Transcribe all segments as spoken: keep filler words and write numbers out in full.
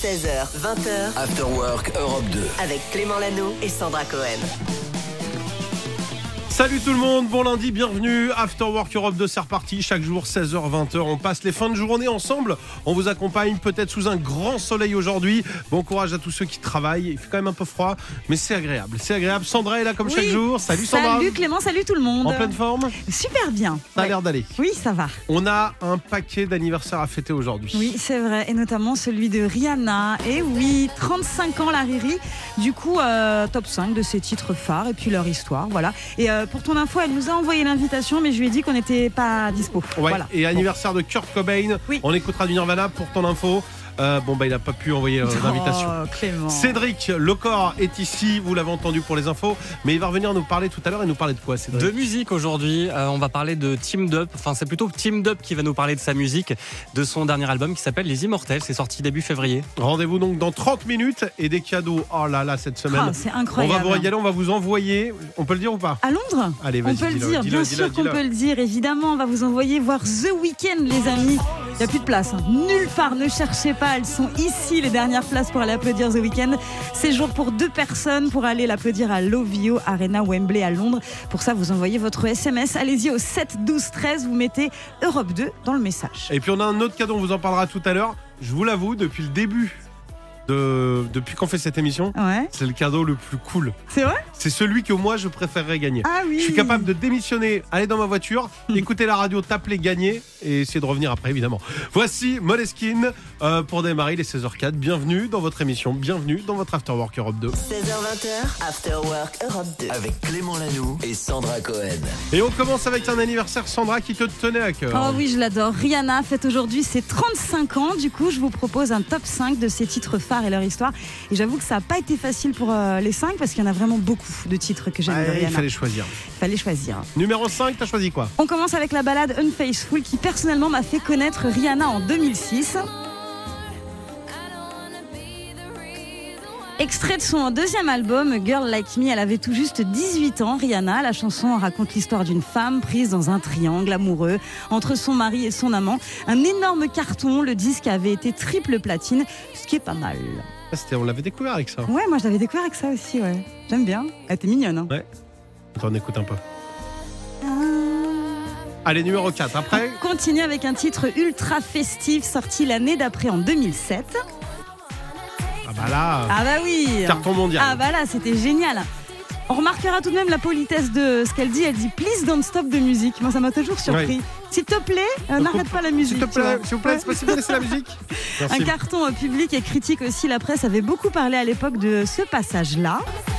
seize heures, vingt heures. After Work Europe deux. Avec Clément Lanoux et Sandra Cohen. Salut tout le monde, bon lundi, bienvenue. After Work Europe deux, c'est reparti. Chaque jour, seize heures, vingt heures. On passe les fins de journée ensemble. On vous accompagne peut-être sous un grand soleil aujourd'hui. Bon courage à tous ceux qui travaillent. Il fait quand même un peu froid, mais c'est agréable. C'est agréable. Sandra est là comme oui. chaque jour. Salut Sandra. Salut Clément, salut tout le monde. En pleine forme? Super bien. Ça a ouais. l'air d'aller. Oui, ça va. On a un paquet d'anniversaires à fêter aujourd'hui. Oui, c'est vrai. Et notamment celui de Rihanna. Et oui, trente-cinq ans la Riri. Du coup, euh, top cinq de ses titres phares et puis leur histoire. Voilà. Et euh, pour ton info, elle nous a envoyé l'invitation, mais je lui ai dit qu'on n'était pas dispo. Ouais. Voilà. Et anniversaire bon. de Kurt Cobain. Oui. On écoutera du Nirvana pour ton info. Euh, bon bah il n'a pas pu envoyer euh, l'invitation. Oh, Clément. Cédric Lecor est ici, vous l'avez entendu pour les infos, mais il va revenir nous parler tout à l'heure et nous parler de quoi, Cédric? De musique aujourd'hui, euh, on va parler de Team Dup, enfin c'est plutôt Team Dup qui va nous parler de sa musique, de son dernier album qui s'appelle Les Immortels, c'est sorti début février. Rendez-vous donc dans trente minutes et des cadeaux, oh là là cette semaine. Oh, c'est incroyable. On va vous régaler, on va vous envoyer, on peut le dire ou pas? À Londres? Allez, vas-y, on peut le dis-le, dire, dis-le, bien dis-le, sûr qu'on dis-le. peut le dire, évidemment, on va vous envoyer voir The Weeknd, les amis. Il n'y a plus de place, hein. Nulle part, ne cherchez pas, elles sont ici, les dernières places pour aller applaudir The Weeknd. Séjour pour deux personnes pour aller l'applaudir à l'Ovio Arena Wembley à Londres. Pour ça, vous envoyez votre S M S, allez-y au sept douze treize, vous mettez Europe deux dans le message. Et puis on a un autre cadeau, on vous en parlera tout à l'heure. Je vous l'avoue, depuis le début, de... depuis qu'on fait cette émission, Ouais. c'est le cadeau le plus cool. C'est vrai? C'est celui que moi je préférerais gagner. Ah oui. Je suis capable de démissionner, aller dans ma voiture, écouter la radio, t'appeler, gagner et essayer de revenir après évidemment. Voici Måneskin euh, pour démarrer les seize heures quatre. Bienvenue dans votre émission, bienvenue dans votre After Work Europe deux. seize heures, vingt heures. After Work Europe deux. Avec Clément Lanoux et Sandra Cohen. Et on commence avec un anniversaire, Sandra, qui te tenait à cœur. Oh oui, je l'adore. Rihanna fête aujourd'hui ses trente-cinq ans. Du coup, je vous propose un top cinq de ses titres phares et leur histoire. Et j'avoue que ça n'a pas été facile pour euh, les cinq parce qu'il y en a vraiment beaucoup de titres que j'aime de Ouais, Rihanna. il fallait choisir. Il fallait choisir. Numéro cinq, t'as choisi quoi? On commence avec la balade Unfaithful qui personnellement m'a fait connaître Rihanna en deux mille six. Extrait de son deuxième album, Girl Like Me, elle avait tout juste dix-huit ans, Rihanna. La chanson raconte l'histoire d'une femme prise dans un triangle amoureux entre son mari et son amant. Un énorme carton, le disque avait été triple platine, ce qui est pas mal. Ah, c'était, on l'avait découvert avec ça. Ouais, moi je l'avais découvert avec ça aussi, ouais. J'aime bien. Elle était mignonne, hein. Ouais. Attends, on écoute un peu. Allez, numéro quatre, après. On continue avec un titre ultra festif sorti l'année d'après en deux mille sept. Ah bah là, Ah bah oui. carton mondial. Ah bah là, c'était génial. On remarquera tout de même la politesse de ce qu'elle dit. Elle dit « Please don't stop de musique ». Moi, ça m'a toujours surpris. Oui. S'il te plaît, euh, n'arrête pas la musique. S'il te tu vois. plaît, s'il vous plaît, c'est possible de laisser la musique? Merci. Un carton euh, public et critique aussi. La presse avait beaucoup parlé à l'époque de ce passage-là.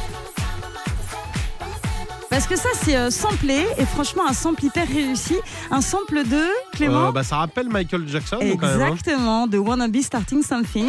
Parce que ça, c'est euh, samplé. Et franchement, un sample hyper réussi. Un sample de, Clément Euh, bah, ça rappelle Michael Jackson, quand même. Hein. Exactement, de Wanna Be Starting Something.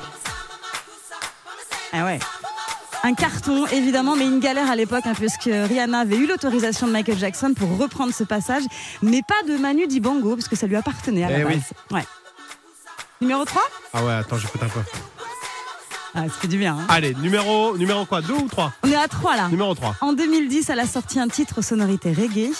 Ah ouais. Un carton, évidemment, mais une galère à l'époque, hein, parce que Rihanna avait eu l'autorisation de Michael Jackson pour reprendre ce passage, mais pas de Manu Dibango, parce que ça lui appartenait à la Eh base. oui. Ouais. Numéro trois? Ah ouais, attends, j'écoute un peu. Ah, ça fait du bien. Hein. Allez, numéro, numéro quoi? Deux ou trois? On est à trois là. Numéro trois. En deux mille dix, elle a sorti un titre aux sonorités reggae.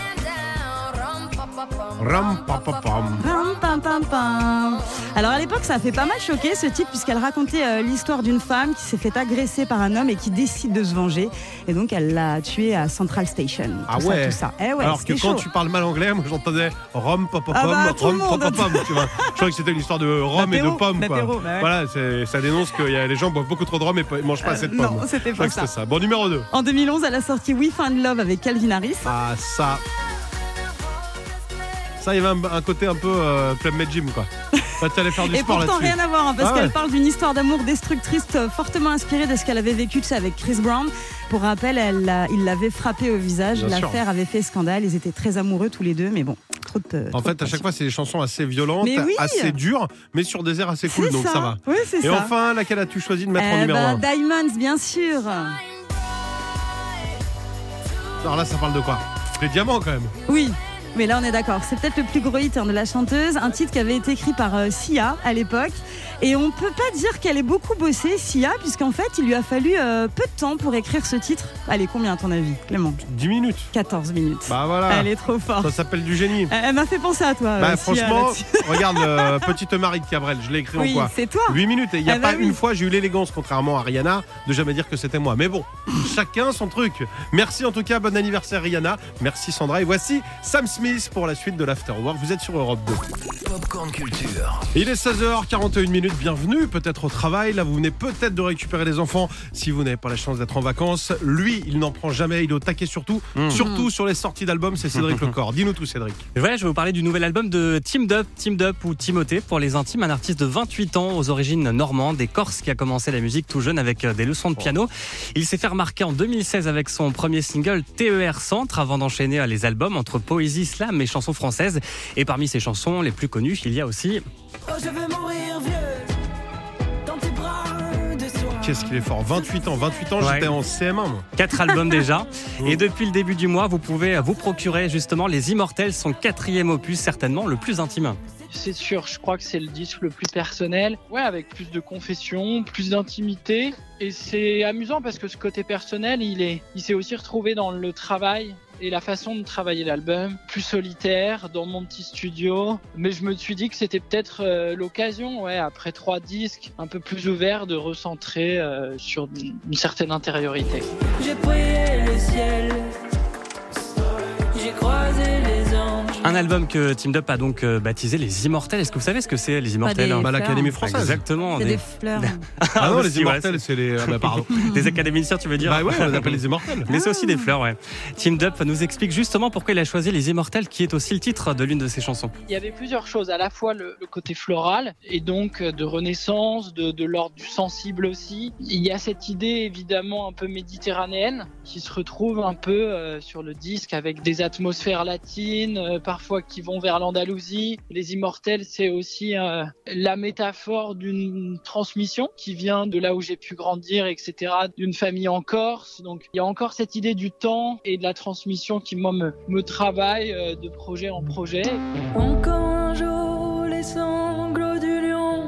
Ram, pa, pa, pam. Pam, pam, pam, pam. Alors à l'époque, ça a fait pas mal choquer ce titre, puisqu'elle racontait euh, l'histoire d'une femme qui s'est fait agresser par un homme et qui décide de se venger. Et donc elle l'a tué à Central Station. Ah tout ouais. ça, tout ça. Eh ouais, Alors que c'était quand chaud. tu parles mal anglais, moi j'entendais rom, pop, pop, Ah bah, pom, tout le rom, pop, monde. pop, pom, tu vois. Je croyais que c'était une histoire de rhum et de L'apéro, pommes, quoi. l'apéro, bah ouais. Voilà, c'est, ça dénonce que y a, les gens boivent beaucoup trop de rhum et ne mangent pas Euh, assez de non, pommes. c'était Je crois pas que ça. c'était ça. Bon, numéro deux. En deux mille onze, elle a sorti We Found Love avec Calvin Harris. Ah, ça. Ça, il y avait un, un côté un peu euh, Club Med Gym, quoi. Bah, tu allais faire du Et sport pourtant, là-dessus. rien à voir, hein, parce Ah qu'elle ouais. parle d'une histoire d'amour destructrice euh, fortement inspirée de ce qu'elle avait vécu tu sais, avec Chris Brown. Pour rappel, elle l'a- il l'avait frappé au visage. Bien sûr. L'affaire avait fait scandale. Ils étaient très amoureux tous les deux, mais bon, trop de. En trop fait, de à chaque passion. fois, c'est des chansons assez violentes, Mais oui. assez dures, mais sur des airs assez cool, C'est donc ça, va. Oui, c'est Et ça. enfin, laquelle as-tu choisi de mettre en Eh numéro ben, un? Diamonds, bien sûr. Alors là, ça parle de quoi? Les diamants, quand même. Oui. Mais là, on est d'accord. C'est peut-être le plus gros hit hein, de la chanteuse. Un titre qui avait été écrit par euh, Sia à l'époque. Et on peut pas dire qu'elle ait beaucoup bossé, Sia, puisqu'en fait, il lui a fallu euh, peu de temps pour écrire ce titre. Allez, combien à ton avis, Clément? dix minutes. quatorze minutes. Bah voilà. Elle est trop forte. Ça s'appelle du génie. Elle, elle m'a fait penser à toi. Bah euh, franchement, Sia, regarde le Petite Marie de Cabrel. Je l'ai écrit oui, en quoi? c'est toi. huit minutes. Et il n'y a Ah bah pas oui. une fois, j'ai eu l'élégance, contrairement à Rihanna, de jamais dire que c'était moi. Mais bon, chacun son truc. Merci en tout cas, bon anniversaire Rihanna. Merci Sandra. Et voici Sam Smith pour la suite de l'Afterwork. Vous êtes sur Europe deux. Popcorn Culture. Il est seize heures quarante et une minutes. Bienvenue, peut-être au travail. Là, vous venez peut-être de récupérer les enfants. Si vous n'avez pas la chance d'être en vacances, lui, il n'en prend jamais. Il est au taquet surtout. Mmh. Surtout sur les sorties d'albums. C'est Cédric Lecor. Dis-nous tout, Cédric. Et voilà, je vais vous parler du nouvel album de Team Dup, Team Dup ou Timothée pour les intimes, un artiste de vingt-huit ans aux origines normandes et corse qui a commencé la musique tout jeune avec des leçons de piano. Il s'est fait remarquer en deux mille seize avec son premier single T E R Centre avant d'enchaîner les albums entre poésie, slam et chansons françaises. Et parmi ses chansons les plus connues, il y a aussi Oh, je veux mourir vieux dans tes bras de soie. Qu'est-ce qu'il est fort. vingt-huit ans. vingt-huit ans, Ouais. j'étais en C M un, moi. quatre albums déjà. Et depuis le début du mois, vous pouvez vous procurer justement Les Immortels, son quatrième opus, certainement le plus intime. C'est sûr, je crois que c'est le disque le plus personnel. Ouais, avec plus de confession, plus d'intimité. Et c'est amusant parce que ce côté personnel, il est, il s'est aussi retrouvé dans le travail et la façon de travailler l'album. Plus solitaire, dans mon petit studio. Mais je me suis dit que c'était peut-être euh, l'occasion, ouais, après trois disques, un peu plus ouverts, de recentrer euh, sur une certaine intériorité. J'ai prié le ciel, j'ai croisé les anges. Un album que Team Dup a donc euh, baptisé Les Immortels. Est-ce que vous savez ce que c'est, Les Immortels? des- Bah, l'Académie française. Exactement. C'est Des, des fleurs. Ah non, aussi, les immortels, ouais, c'est les. Ah bah, pardon. des académiciens, tu veux dire? Bah ouais, on les appelle les immortels. Mais c'est aussi des fleurs, ouais. Team Dup nous explique justement pourquoi il a choisi Les Immortels, qui est aussi le titre de l'une de ses chansons. Il y avait plusieurs choses, à la fois le, le côté floral et donc euh, de renaissance, de, de l'ordre du sensible aussi. Il y a cette idée évidemment un peu méditerranéenne qui se retrouve un peu euh, sur le disque avec des atmosphères latines, euh, parfois qui vont vers l'Andalousie. Les Immortels, c'est aussi euh, la métaphore d'une transmission qui vient de là où j'ai pu grandir, et cetera, d'une famille en Corse. Donc il y a encore cette idée du temps et de la transmission qui moi me, me travaille euh, de projet en projet. Encore un jour, les sanglots du lion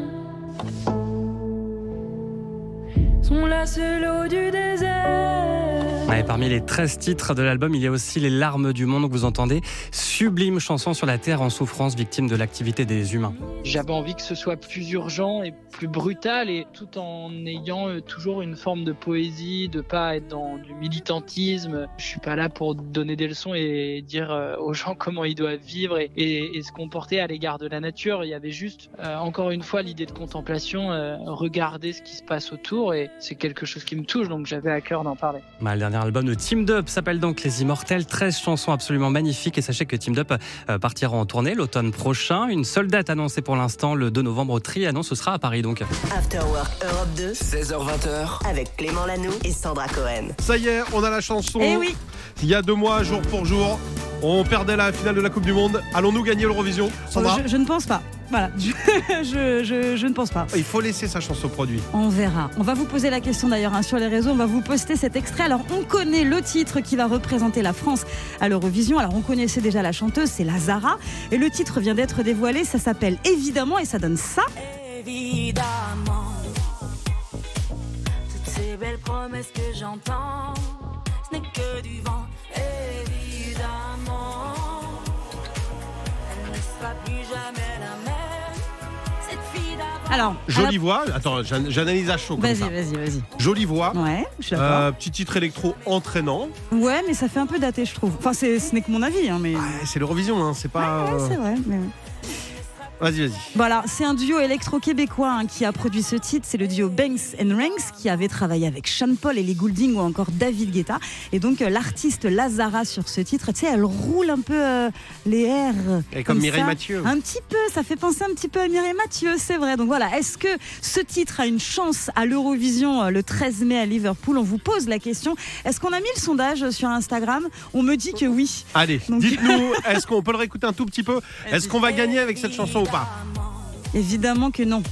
sont la seule eau du désert. Ouais, parmi les treize titres de l'album, il y a aussi Les larmes du monde que vous entendez. Sublime chanson sur la terre en souffrance, victime de l'activité des humains. J'avais envie que ce soit plus urgent et plus brutal, et tout en ayant euh, toujours une forme de poésie, de pas être dans du militantisme. Je suis pas là pour donner des leçons et dire euh, aux gens comment ils doivent vivre et, et, et se comporter à l'égard de la nature. Il y avait juste, euh, encore une fois, l'idée de contemplation, euh, regarder ce qui se passe autour, et c'est quelque chose qui me touche, donc j'avais à cœur d'en parler. Bah, le dernier album de Team Dup s'appelle donc Les Immortels, treize chansons absolument magnifiques, et sachez que Team Dup euh, partira en tournée l'automne prochain. Une seule date annoncée pour l'instant, le deux novembre au Trianon, ce sera à Paris donc. After Work Europe deux seize heures vingt. avec Clément Lanoux et Sandra Cohen. Ça y est, on a la chanson. Eh oui. Il y a deux mois, jour pour jour, on perdait la finale de la Coupe du Monde. Allons-nous gagner l'Eurovision, Sandra? Euh, je, je ne pense pas. Voilà, je, je, je, je ne pense pas. Il faut laisser sa chance au produit. On verra. On va vous poser la question d'ailleurs hein, sur les réseaux. On va vous poster cet extrait. Alors, on connaît le titre qui va représenter la France à l'Eurovision. Alors, on connaissait déjà la chanteuse, c'est la Zara. Et le titre vient d'être dévoilé. Ça s'appelle Évidemment et ça donne ça. Évidemment, toutes ces belles promesses que j'entends, ce n'est que du vent. Évidemment, elle ne sera plus jamais la même, cette fille d'avant. Alors, Jolie voix. Attends, j'an- j'analyse à chaud comme Vas-y, ça. vas-y, vas-y. Jolie voix. Ouais, je suis d'accord. Euh, petit titre électro entraînant. Ouais, mais ça fait un peu daté, je trouve. Enfin, c'est, ce n'est que mon avis, hein, mais. Ouais, c'est l'Eurovision, hein, c'est pas. Ouais, euh, c'est vrai. Mais... Vas-y, vas-y. Voilà, c'est un duo électro-québécois hein, qui a produit ce titre. C'est le duo Banks and Ranks qui avait travaillé avec Sean Paul, Ellie Goulding ou encore David Guetta. Et donc euh, l'artiste La Zara sur ce titre, tu sais, elle roule un peu euh, les airs. Et comme Mireille ça. Mathieu. Un petit peu, ça fait penser un petit peu à Mireille Mathieu, c'est vrai. Donc voilà, est-ce que ce titre a une chance à l'Eurovision euh, le treize mai à Liverpool? On vous pose la question. Est-ce qu'on a mis le sondage sur Instagram? On me dit que oui. Allez, Donc- dites-nous, est-ce qu'on peut le réécouter un tout petit peu? Est-ce qu'on va gagner avec cette chanson ou pas? Évidemment que non.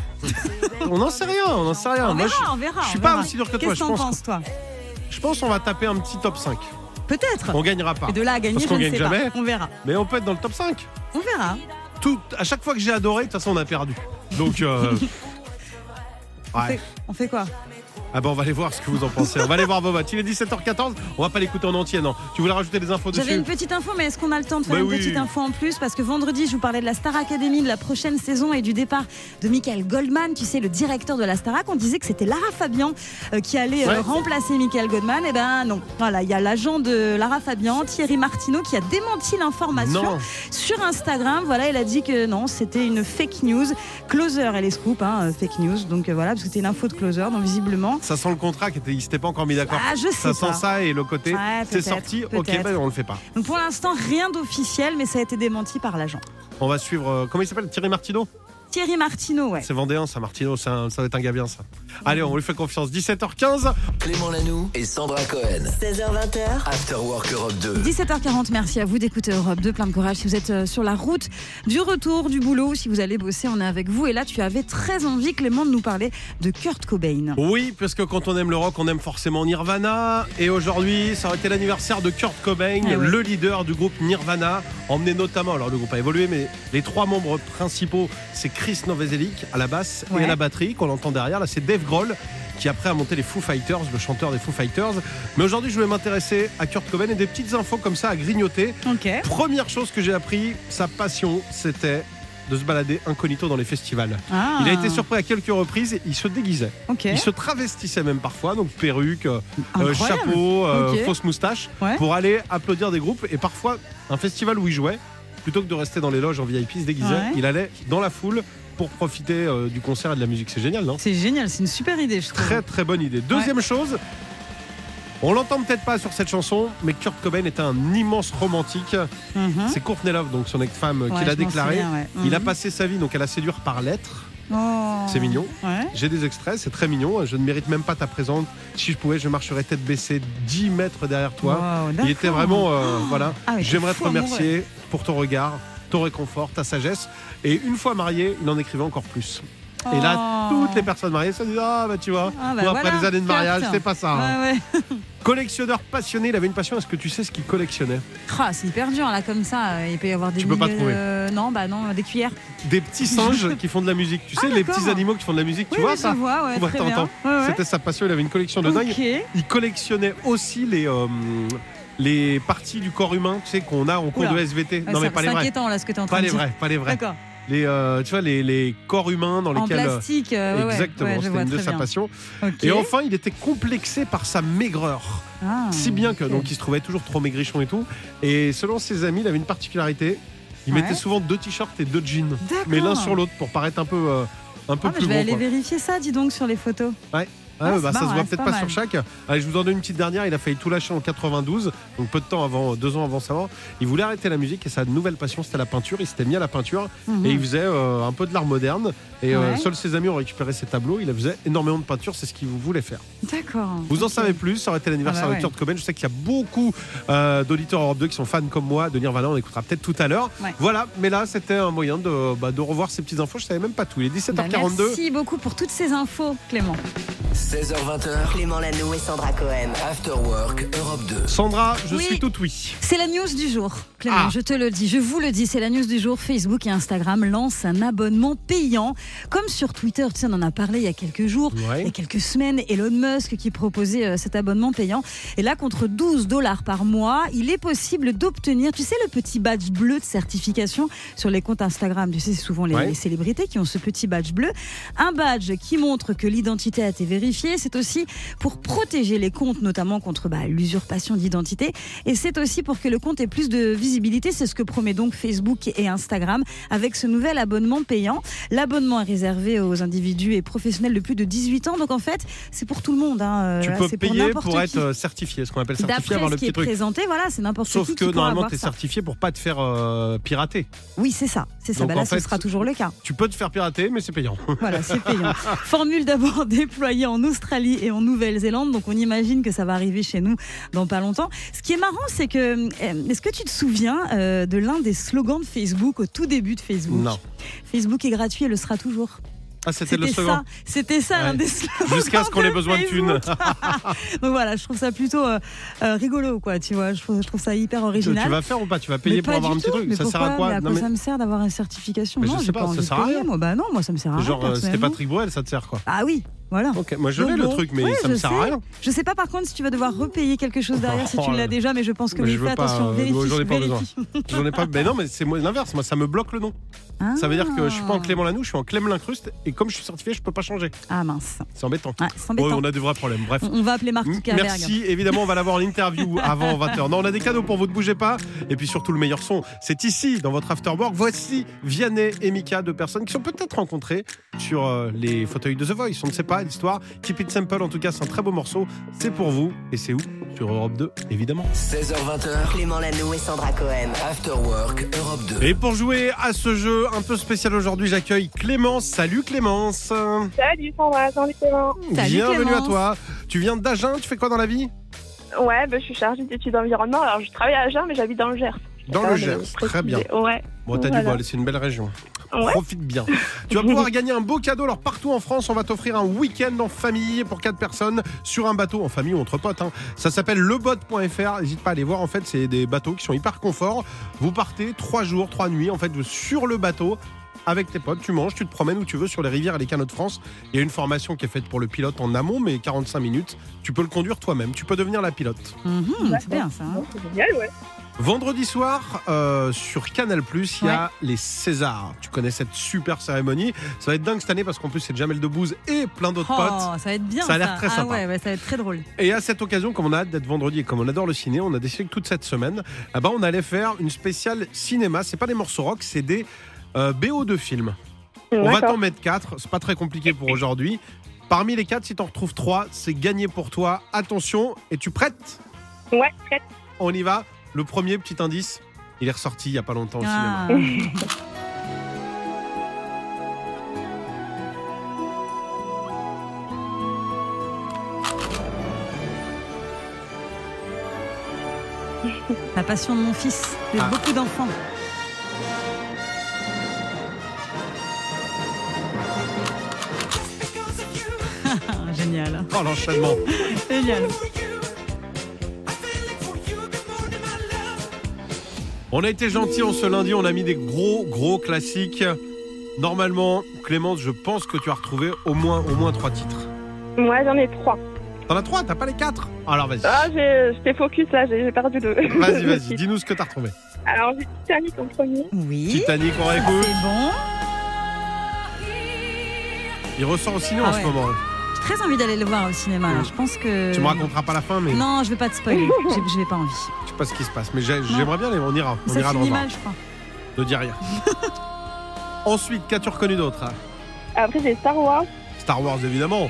On n'en sait rien, on n'en sait rien. On Moi, verra, je, on verra. je suis on pas verra. aussi dur que toi. Qu'est-ce que Je t'en pense, penses, toi? je pense qu'on va taper un petit top cinq. Peut-être. On gagnera pas. Et de là à gagner, Parce je qu'on ne gagne sais jamais. pas. On verra. Mais on peut être dans le top cinq. On verra. Tout, à chaque fois que j'ai adoré, de toute façon, on a perdu. Donc, euh... On, ouais. fait, on fait quoi? Ah bah on va aller voir ce que vous en pensez. On va aller voir vos votes. Il est dix-sept heures quatorze. On va pas l'écouter en entier, non. Tu voulais rajouter des infos dessus? J'avais une petite info, mais est-ce qu'on a le temps de faire bah une oui. petite info en plus? Parce que vendredi, je vous parlais de la Star Academy, de la prochaine saison et du départ de Michael Goldman, tu sais, le directeur de la Starac. On disait que c'était Lara Fabian euh, qui allait euh, Ouais. remplacer Michael Goldman. Et ben non. Voilà, il y a l'agent de Lara Fabian, Thierry Martineau, qui a démenti l'information Non. sur Instagram. Voilà, il a dit que non, c'était une fake news. Closer et les scoops, hein, fake news. Donc euh, voilà, parce que c'était une info de Closer, donc visiblement. Ça sent le contrat qui était, ils s'étaient pas encore mis d'accord. Ah, je sais Ça pas. sent ça et le côté, Ouais, c'est peut-être, sorti, ok, peut-être. ben on le fait pas. Donc pour l'instant, rien d'officiel, mais ça a été démenti par l'agent. On va suivre, euh, comment il s'appelle, Thierry Martineau? Thierry Martineau, ouais. C'est vendéen ça, Martineau, ça, ça va être un gars bien ça. Allez, on lui fait confiance. dix-sept heures quinze. Clément Lanoux et Sandra Cohen. seize heures vingt. After Work Europe deux. dix-sept heures quarante, merci à vous d'écouter Europe deux, plein de courage si vous êtes euh, sur la route du retour du boulot, si vous allez bosser, on est avec vous. Et là, tu avais très envie, Clément, de nous parler de Kurt Cobain. Oui, parce que quand on aime le rock, on aime forcément Nirvana. Et aujourd'hui, ça aurait été l'anniversaire de Kurt Cobain, Ah ouais. le leader du groupe Nirvana, emmené notamment, alors le groupe a évolué, mais les trois membres principaux, c'est Chris Novoselic à la basse Ouais. et à la batterie, qu'on entend derrière. Là, c'est Dave Grohl, qui après a monté les Foo Fighters, le chanteur des Foo Fighters. Mais aujourd'hui, je voulais m'intéresser à Kurt Cobain et des petites infos comme ça à grignoter. Ok. Première chose que j'ai appris, sa passion, c'était de se balader incognito dans les festivals. Ah. Il a été surpris à quelques reprises, il se déguisait. Ok. Il se travestissait même parfois, donc perruque, euh, euh, Incroyable. chapeau, euh, Ok. fausse moustache, Ouais. pour aller applaudir des groupes. Et parfois, un festival où il jouait, plutôt que de rester dans les loges en V I P, il se déguisait, Ouais. il allait dans la foule pour profiter euh, du concert et de la musique. C'est génial, non? C'est génial, c'est une super idée, je trouve. Très très bonne idée. Deuxième chose, on l'entend peut-être pas sur cette chanson, mais Kurt Cobain était un immense romantique. Mhm. C'est Courtney Love, donc son ex-femme, Ouais, qui l'a je m'en déclaré. souviens, ouais. Il a Mhm. passé sa vie donc à la séduire par lettres. Oh. C'est mignon. Ouais. J'ai des extraits, c'est très mignon. Je ne mérite même pas ta présence. Si je pouvais, je marcherais tête baissée dix mètres derrière toi. Wow, Il d'accord. était vraiment, euh, voilà. Ah oui, J'aimerais t'es te fou remercier pour ton regard, ton réconfort, ta sagesse. Et une fois marié, il en écrivait encore plus. Et là, Oh. toutes les personnes mariées se disent ah bah tu vois, Ah bah moi, après voilà, des années de mariage, Kurt. c'est pas ça. hein. Ouais, ouais. Collectionneur passionné, il avait une passion. Est-ce que tu sais ce qu'il collectionnait? Ah, c'est hyper dur là comme ça. euh, Il peut y avoir des Tu peux pas milliers trouver. de- Non, bah non, des cuillères. Des petits singes qui font de la musique. Tu Ah, sais, les d'accord. petits animaux qui font de la musique. Oui, tu vois oui, ça? je vois, ouais, Ouais, très t'entends. bien. Ouais, ouais. C'était sa passion. Il avait une collection de dingue. Ok. Il collectionnait aussi les euh, les parties du corps humain, tu sais, qu'on a en cours Oula. de S V T. Ouais, non mais c'est- pas les c'est vrais. inquiétant là ce que tu es en train Pas de les dire. vrais, pas les vrais. D'accord. Les euh, tu vois les, les corps humains dans En lesquels euh, plastique. euh, ouais, ouais. exactement, Ouais, je c'était vois une de très sa bien. passion. Ok. Et enfin, il était complexé par sa maigreur, Ah, si bien que ok. donc il se trouvait toujours trop maigrichon et tout. Et selon ses amis, il avait une particularité. Il Ouais. mettait souvent deux t-shirts et deux jeans, D'accord. mais l'un sur l'autre pour paraître un peu euh, un peu Ah, bah, plus je vais gros. aller quoi. vérifier ça, dis donc, sur les photos. Ouais, Ah, bah, c'est ça marrant, se voit ouais, peut-être c'est pas pas sur chaque. Allez, je vous en donne une petite dernière. Il a failli tout lâcher en quatre-vingt-douze, donc peu de temps avant, deux ans avant sa mort. Il voulait arrêter la musique et sa nouvelle passion c'était la peinture. Il s'était mis à la peinture Mhm. et il faisait euh, un peu de l'art moderne. Et euh, Ouais. seuls ses amis ont récupéré ses tableaux. Il faisait énormément de peinture, c'est ce qu'il voulait faire. D'accord. Vous en Ok. savez plus, ça aurait été l'anniversaire Ah bah de Kurt Cobain. Je sais qu'il y a beaucoup euh, d'auditeurs Europe deux qui sont fans comme moi de Nirvana. On écoutera peut-être tout à l'heure. Ouais. Voilà, mais là c'était un moyen de, bah, de revoir ces petites infos. Je savais même pas tout. Il est dix-sept Bah, heures quarante-deux. merci beaucoup pour toutes ces infos, Clément. seize heures vingt. Clément Lanoux et Sandra Cohen. After Work Europe deux. Sandra, je Oui. suis tout oui. C'est la news du jour, Clément, Ah. je te le dis, je vous le dis, c'est la news du jour. Facebook et Instagram lancent un abonnement payant. Comme sur Twitter, tu sais, on en a parlé il y a quelques jours, Ouais. il y a quelques semaines, Elon Musk qui proposait euh, cet abonnement payant. Et là, contre douze dollars par mois, il est possible d'obtenir, tu sais, le petit badge bleu de certification sur les comptes Instagram. Tu sais, c'est souvent les, Ouais. les célébrités qui ont ce petit badge bleu. Un badge qui montre que l'identité a été vérifiée. C'est aussi pour protéger les comptes, notamment contre bah, l'usurpation d'identité. Et c'est aussi pour que le compte ait plus de visibilité. C'est ce que promet donc Facebook et Instagram avec ce nouvel abonnement payant. L'abonnement est réservé aux individus et professionnels de plus de dix-huit ans. Donc en fait, c'est pour tout le monde. Hein. Tu Là, peux c'est pour payer n'importe pour, qui. être euh, certifié, ce qu'on appelle certifié, D'après avoir ce le qui petit est truc. présenté, voilà, c'est n'importe Sauf qui que qui pourra normalement, avoir tu es ça. certifié pour pas te faire euh, pirater. Oui, c'est ça. C'est ça. Donc, Bah là, en ce fait, sera toujours le cas. Tu peux te faire pirater, mais c'est payant. Voilà, c'est payant. Formule d'abord déployée en Australie et en Nouvelle-Zélande. Donc on imagine que ça va arriver chez nous dans pas longtemps. Ce qui est marrant, c'est que, euh, est-ce que tu te souviens euh, de l'un des slogans de Facebook au tout début de Facebook? Non. Facebook est gratuit et le sera toujours. Ah, c'était, le C'était slogan. ça, c'était ça Ouais. l'un des slogans Jusqu'à ce qu'on ait besoin de thunes. Facebook. Donc voilà, je trouve ça plutôt euh, euh, rigolo, quoi. Tu vois, je trouve, je trouve ça hyper Tu, original. tu vas faire ou pas? Tu vas payer Mais pour pas avoir du un petit tout. truc? Mais Ça sert à pourquoi quoi? Mais à Non, quoi mais- ça me sert d'avoir une certification? Mais je Non, sais j'ai pas, pas ça envie de sert à payer, rien. moi. Bah non, moi ça me sert à rien. Genre, euh, c'était personnellement. Patrick Bruel, ça te sert quoi? Ah oui, voilà. Ok, moi je Donc l'ai le bon, truc, mais ouais, ça me je sert sais. à rien. Je sais pas par contre si tu vas devoir repayer quelque chose derrière si tu Oh l'as là. déjà, mais je pense que Mais oui, je veux fais pas, attention, euh, vérifie. j'en ai pas vérifie. J'en ai pas. Mais non, mais c'est moi l'inverse. Moi, ça me bloque le nom. Ça veut dire que je suis pas en Clément Lanoux, je suis en Clem Lincruste, et comme je suis certifié, je peux pas changer. Ah mince. C'est embêtant. Ouais, c'est Ouais, embêtant. on a des vrais problèmes. Bref. On on va appeler Marc M- Zuckerberg. Merci, évidemment, on va l'avoir en interview avant vingt heures. Non, on a des cadeaux pour vous, ne bougez pas. Et puis surtout, le meilleur son, c'est ici, dans votre Afterwork. Voici Vianney et Mika, deux personnes qui sont peut-être rencontrées sur euh, les fauteuils de The Voice. On ne sait pas l'histoire. Keep It Simple, en tout cas, c'est un très beau morceau. C'est pour vous. Et c'est où? Sur Europe deux, évidemment. seize heures vingt. Clément Lanoux et Sandra Cohen. After Work Europe deux. Et pour jouer à ce jeu un peu spécial aujourd'hui, j'accueille Clémence. Salut Clémence. Salut Sandra, salut Clément. Salut, Bienvenue Clémence. à toi. Tu viens d'Agen, tu fais quoi dans la vie? Ouais, bah, je suis chargée d'études environnement. Alors, je travaille à Agen, mais j'habite dans le Gers. Dans Ça le va, Gers, mais très bien. préciser. Ouais. Bon, t'as Voilà. du bol, c'est une belle région. Ouais. Profite bien. Tu vas pouvoir gagner un beau cadeau. Alors, partout en France, on va t'offrir un week-end en famille pour quatre personnes sur un bateau, en famille ou entre potes. Hein. Ça s'appelle lebot point f r. N'hésite pas à aller voir. En fait, c'est des bateaux qui sont hyper confort. Vous partez trois jours, trois nuits, en fait, sur le bateau. Avec tes potes, tu manges, tu te promènes où tu veux sur les rivières et les canaux de France. Il y a une formation qui est faite pour le pilote en amont, mais quarante-cinq minutes. Tu peux le conduire toi-même, tu peux devenir la pilote. Mhm, c'est bien ça. hein. Bon, c'est génial, ouais. Vendredi soir, euh, sur Canal+, il y a les Césars. Tu connais cette super cérémonie. Ça va être dingue cette année parce qu'en plus, c'est Jamel Debbouze et plein d'autres Oh, potes. ça va être bien. Ça a l'air très ah sympa. ouais, ouais, ça va être très drôle. Et à cette occasion, comme on a hâte d'être vendredi et comme on adore le ciné, on a décidé que toute cette semaine, eh ben, on allait faire une spéciale cinéma. C'est pas des morceaux rock, c'est des euh, B O de films. On va D'accord. t'en mettre quatre, c'est pas très compliqué pour aujourd'hui. Parmi les quatre, si t'en retrouves trois, c'est gagné pour toi. Attention, es-tu prête? Ouais, prête. On y va. Le premier petit indice, il est ressorti il y a pas longtemps au Ah. cinéma. La passion de mon fils. Il y a Ah. beaucoup d'enfants. Génial. Oh l'enchaînement. Génial. On a été gentil en ce lundi, on a mis des gros gros classiques. Normalement, Clémence, je pense que tu as retrouvé au moins au moins trois titres. Moi, j'en ai trois. T'en as trois, t'as pas les quatre? Alors vas-y. Ah, j'ai- j'étais focus là, j'ai j'ai perdu deux. Vas-y, vas-y, dis-nous ce que t'as retrouvé. Alors, j'ai Titanic en premier. Oui. Titanic, on Ça, réécoute. c'est bon. Il ressort au ciné Ah en ce ouais. moment. J'ai très envie d'aller le voir au cinéma. là. Je pense que. Tu me raconteras pas la fin, mais Non, je vais pas te spoiler. J'ai- Je n'ai pas envie. je sais pas ce qui se passe. Mais j'ai- j'aimerais bien aller, on ira. On Ça ira le finit revoir. mal, je crois. Ne dis rien. Ensuite, qu'as-tu reconnu d'autre? Après, j'ai Star Wars. Star Wars, évidemment.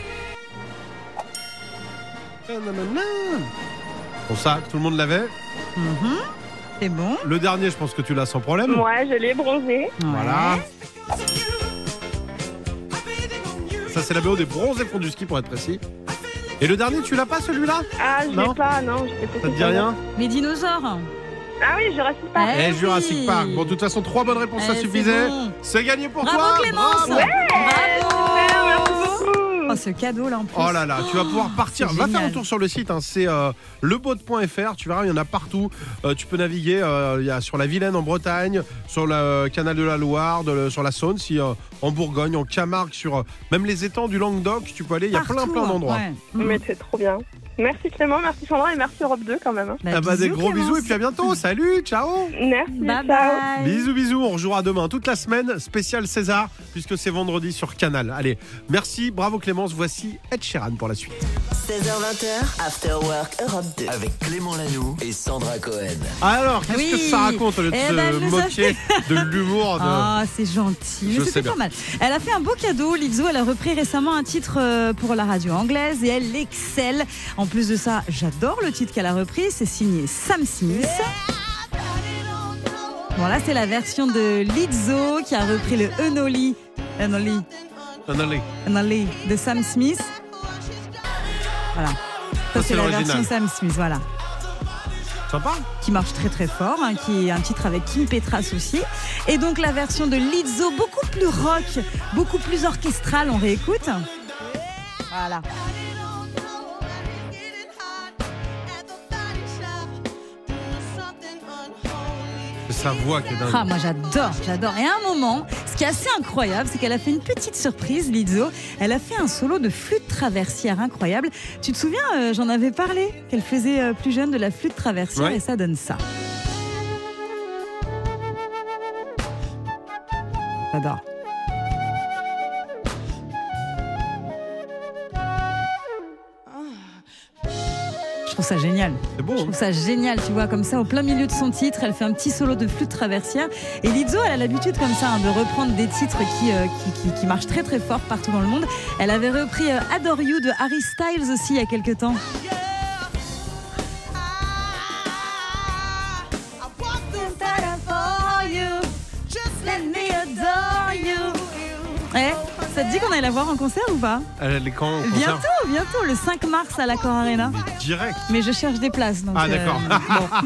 Bon, ça, tout le monde l'avait. Mhm. C'est bon. Le dernier, je pense que tu l'as sans problème. Moi, je l'ai bronzé. Ouais. Voilà. Ça, c'est la B O des bronzés fonds du ski, pour être précis. Et le dernier, tu l'as pas, celui-là? Ah, je Non. l'ai pas, non. j'étais Ça te focus dit sur- rien? Les dinosaures. Ah oui, Jurassic Park. Eh Eh, Jurassic oui. Park. Bon, de toute façon, trois bonnes réponses, ça Eh, suffisait. c'est bon. C'est gagné pour Bravo, toi. Clémence. Bravo. Bravo. Merci beaucoup. Oh, ce cadeau là en plus. Oh là là, tu vas pouvoir partir. c'est Va faire un génial. tour sur le site, hein, c'est euh, lebot point f r. Tu verras, il y en a partout. Euh, tu peux naviguer euh, il y a sur la Vilaine en Bretagne, sur le canal de la Loire, de le- sur la Saône, si, euh, en Bourgogne, en Camargue, sur euh, même les étangs du Languedoc. Tu peux aller, il y a plein Partout, plein d'endroits. ouais. Mais c'est trop bien. Merci Clément, merci Sandra et merci Europe deux quand même. hein. Bah, Ah bah, des bisous, gros Clémence. bisous et puis à bientôt. Salut, ciao. Merci, Bye ciao. bye. Bisous, bisous. On rejouera demain toute la semaine. Spécial César, puisque c'est vendredi sur Canal. Allez, merci, bravo Clémence. Voici Ed Sheeran pour la suite. seize heures vingt, After Work Europe deux. Avec Clément Lanoux et Sandra Cohen. Alors, qu'est-ce Oui. que ça raconte au lieu de Eh se ben, elle nous a moquer de l'humour de... Ah, c'est gentil. Je Mais sais c'était bien. pas mal. Elle a fait un beau cadeau. Lizzo, elle a repris récemment un titre euh, pour la radio anglaise et elle excelle. En plus de ça, j'adore le titre qu'elle a repris. C'est signé Sam Smith. Voilà, c'est la version de Lizzo qui a repris le Unholy, Unholy, Allez. Unholy de Sam Smith. Voilà. Ça, c'est c'est la l'original. version Sam Smith. Voilà. Sympa. Qui marche très très fort, hein, qui est un titre avec Kim Petras aussi. Et donc la version de Lizzo, beaucoup plus rock, beaucoup plus orchestrale, on réécoute. Voilà. C'est sa voix qui est dingue. Ah, moi j'adore, j'adore. Et à un moment, ce qui est assez incroyable, c'est qu'elle a fait une petite surprise, Lizzo. Elle a fait un solo de flûte traversière incroyable. Tu te souviens, euh, j'en avais parlé, qu'elle faisait euh, plus jeune de la flûte traversière, ouais. Et ça donne ça. J'adore. Je trouve ça génial. C'est beau. Je trouve ça génial, tu vois, comme ça, au plein milieu de son titre, elle fait un petit solo de flûte traversière. Et Lizzo, elle a l'habitude comme ça hein, de reprendre des titres qui, euh, qui, qui, qui marchent très très fort partout dans le monde. Elle avait repris euh, Adore You de Harry Styles aussi il y a quelques temps. Eh, ça te dit qu'on aille la voir en concert ou pas? Elle est quand au concert? Bientôt, bientôt, le cinq mars à l'Accor Arena. Mais direct. Mais je cherche des places. Donc ah d'accord. Euh,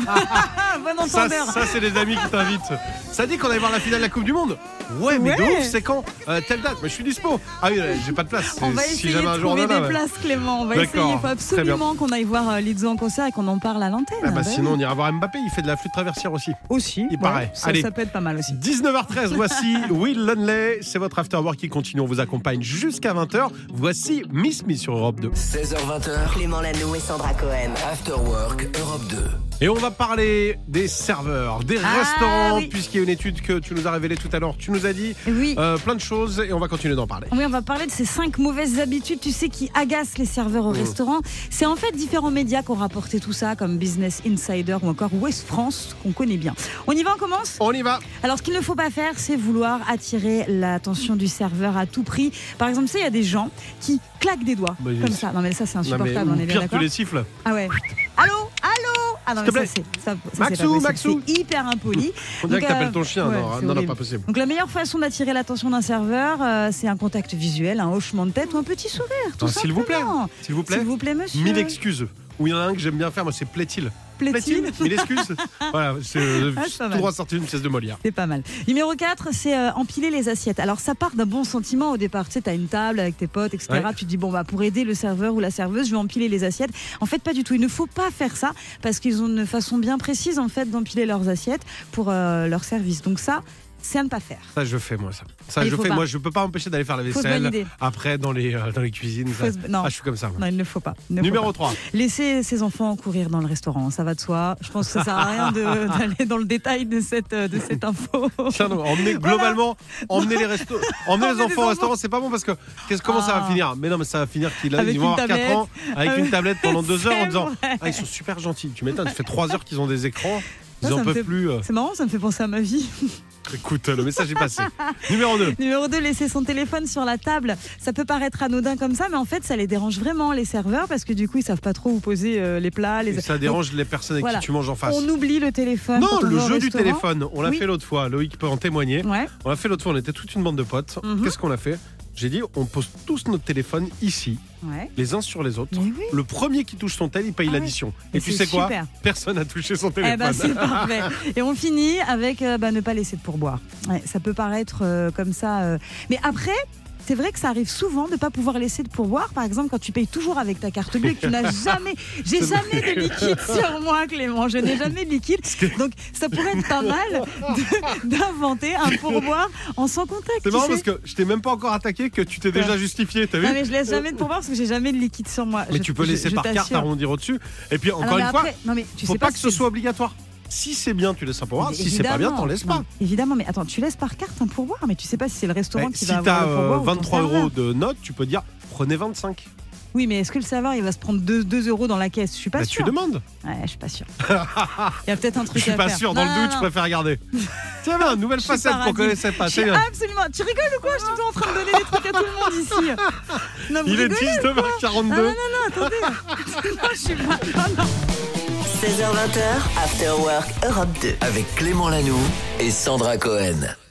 bon. Bon ça, entendeur. ça c'est les amis qui t'invitent. Ça dit qu'on allait voir la finale de la Coupe du Monde? Ouais, mais ouais. de ouf, c'est quand euh, telle date? Mais je suis dispo. Ah oui, j'ai pas de place. On va si essayer jamais de un jour trouver on en a, des ouais. places, Clément. On va D'accord. essayer. Il faut absolument qu'on aille voir euh, Lizzo en concert et qu'on en parle à l'antenne. Ah bah, bah sinon, oui. on ira voir Mbappé. Il fait de la flûte traversière aussi. Aussi. Il ouais, paraît. Ça, Allez. ça peut être pas mal aussi. dix-neuf heures treize, voici Will Lonely. C'est votre After Work qui continue. On vous accompagne jusqu'à vingt heures. Voici Miss Me sur Europe deux. seize heures vingt. Clément Lanoux et Sandra Cohen. After Work Europe deux. Et on va parler des serveurs, des Ah, restaurants, oui. puisqu'il y a une étude que tu nous as révélée tout à l'heure. Tu nous as dit Oui. euh, plein de choses et on va continuer d'en parler. Oui, on va parler de ces cinq mauvaises habitudes, tu sais, qui agacent les serveurs au Mmh. restaurant. C'est en fait différents médias qui ont rapporté tout ça, comme Business Insider ou encore West France, qu'on connaît bien. On y va, on commence? On y va. Alors, ce qu'il ne faut pas faire, c'est vouloir attirer l'attention du serveur à tout prix. Par exemple, tu sais, il y a des gens qui claquent des doigts, Bah, comme je- ça. Non, mais ça, c'est Non, mais, insupportable, on est bien pire que d'accord? les siffles. Ah ouais. Allô? Allô? Ah non, S'il mais te ça, plaît. c'est ça, ça, c'est Maxou, pas possible. Maxou. C'est hyper impoli. On dirait Donc, que t'appelles euh, ton chien. ouais, non, c'est non, non, horrible. pas possible. Donc la meilleure façon d'attirer l'attention d'un serveur, euh, c'est un contact visuel, un hochement de tête ou un petit sourire, tout Ah, s'il vous plaît. simplement. S'il vous plaît. S'il vous plaît, monsieur. Mille excuses. Ou il y en a un que j'aime bien faire, moi c'est plaît-il. Plaît-il Mille excuses. Voilà, c'est euh, Ah, c'est pas tout mal. droit sorti d'une pièce de Molière. C'est pas mal. Numéro quatre, c'est euh, empiler les assiettes. Alors ça part d'un bon sentiment au départ. Tu sais, t'as une table avec tes potes, et cetera. Ouais. Tu te dis, bon, bah, pour aider le serveur ou la serveuse, je vais empiler les assiettes. En fait, pas du tout. Il ne faut pas faire ça parce qu'ils ont une façon bien précise en fait d'empiler leurs assiettes pour euh, leur service. Donc ça, c'est à ne pas faire. Ça je fais moi ça. Ça Il je faut fais pas. moi je peux pas m'empêcher d'aller faire la Fausse bonne vaisselle idée. après dans les euh, dans les cuisines. ça. Fausse- non. Ah je suis comme ça. moi. Non, il ne faut pas. Il ne faut Numéro pas. trois. Laisser ses enfants courir dans le restaurant, ça va de soi. Je pense que ça sert à rien de- d'aller dans le détail de cette, euh, de cette info. Tiens, non, emmener globalement, emmener les restos, emmener les Emmener enfants des au restaurant, c'est pas bon parce que qu'est-ce comment ça va Ah. finir? Mais non, mais ça va finir qu'ils Avec ils vont une avoir quatre tablette. ans avec une tablette pendant deux heures en C'est disant vrai. ah ils sont super gentils. Tu m'étonnes, ça fait trois heures qu'ils ont des écrans, ils Ça, en ça me peuvent fait- plus. euh. C'est marrant, ça me fait penser à ma vie. Écoute, le message est passé. Numéro deux. Numéro deux, laisser son téléphone sur la table. Ça peut paraître anodin comme ça, mais en fait, ça les dérange vraiment, les serveurs, parce que du coup, ils savent pas trop où poser euh, les plats. Les... Et ça dérange les personnes avec voilà. qui tu manges en face. On oublie le téléphone. Non, quand on le va au jeu du restaurant. téléphone, on l'a Oui. fait l'autre fois. Loïc peut en témoigner. Ouais. On l'a fait l'autre fois, on était toute une bande de potes. Mhm. Qu'est-ce qu'on a fait? J'ai dit, on pose tous notre téléphone ici, Ouais. les uns sur les autres. Mais oui. Le premier qui touche son tel, il paye Ah ouais. l'addition. Mais Et tu c'est sais quoi? super. Personne n'a touché son Eh téléphone. ben, c'est parfait. Et on finit avec euh, bah, ne pas laisser de pourboire. Ouais, ça peut paraître euh, comme ça. euh, Mais après. C'est vrai que ça arrive souvent de ne pas pouvoir laisser de pourboire. Par exemple, quand tu payes toujours avec ta carte bleue et que tu n'as jamais. J'ai jamais de liquide sur moi, Clément. Je n'ai jamais de liquide. Donc, ça pourrait être pas mal de- d'inventer un pourboire en sans contact. C'est tu marrant sais. parce que je t'ai même pas encore attaqué que tu t'es déjà Ouais. justifié, t'as vu? Non, mais je laisse jamais de pourboire parce que j'ai jamais de liquide sur moi. Mais Je- tu peux je- laisser je par carte t'assure. arrondir au-dessus. Et puis Ah non, encore mais une fois, après- non, mais tu faut sais pas pas que si ce c'est- soit obligatoire. Si c'est bien, tu laisses un pourboire. Mais Si c'est pas bien, évidemment. t'en laisses pas. Non, évidemment, mais attends, tu laisses par carte un pourboire, mais tu sais pas si c'est le restaurant Ouais, qui si va avoir t'as le euh, pourboire ou ton vingt-trois serveur. euros de note, tu peux dire prenez vingt-cinq. Oui, mais est-ce que le serveur il va se prendre deux euros dans la caisse? Je suis pas Bah, sûre. tu demandes. Ouais, je suis pas sûre. Il y a peut-être un truc Je suis à pas faire. sûr, dans Non, le non, doute, je non. préfère regarder. Tiens, bien, nouvelle Je suis facette qu'on paradis. connaissait pas. Je C'est suis bien. absolument. Tu rigoles ou quoi? Je suis toujours en train de donner des trucs à tout le monde ici. Non, vous Il est rigolez ou dix-neuf heures quoi? quarante-deux. Ah, non, non, non, attendez. non, je suis pas. Non, non. seize heures vingt, After Work Europe deux. Avec Clément Lanoux et Sandra Cohen.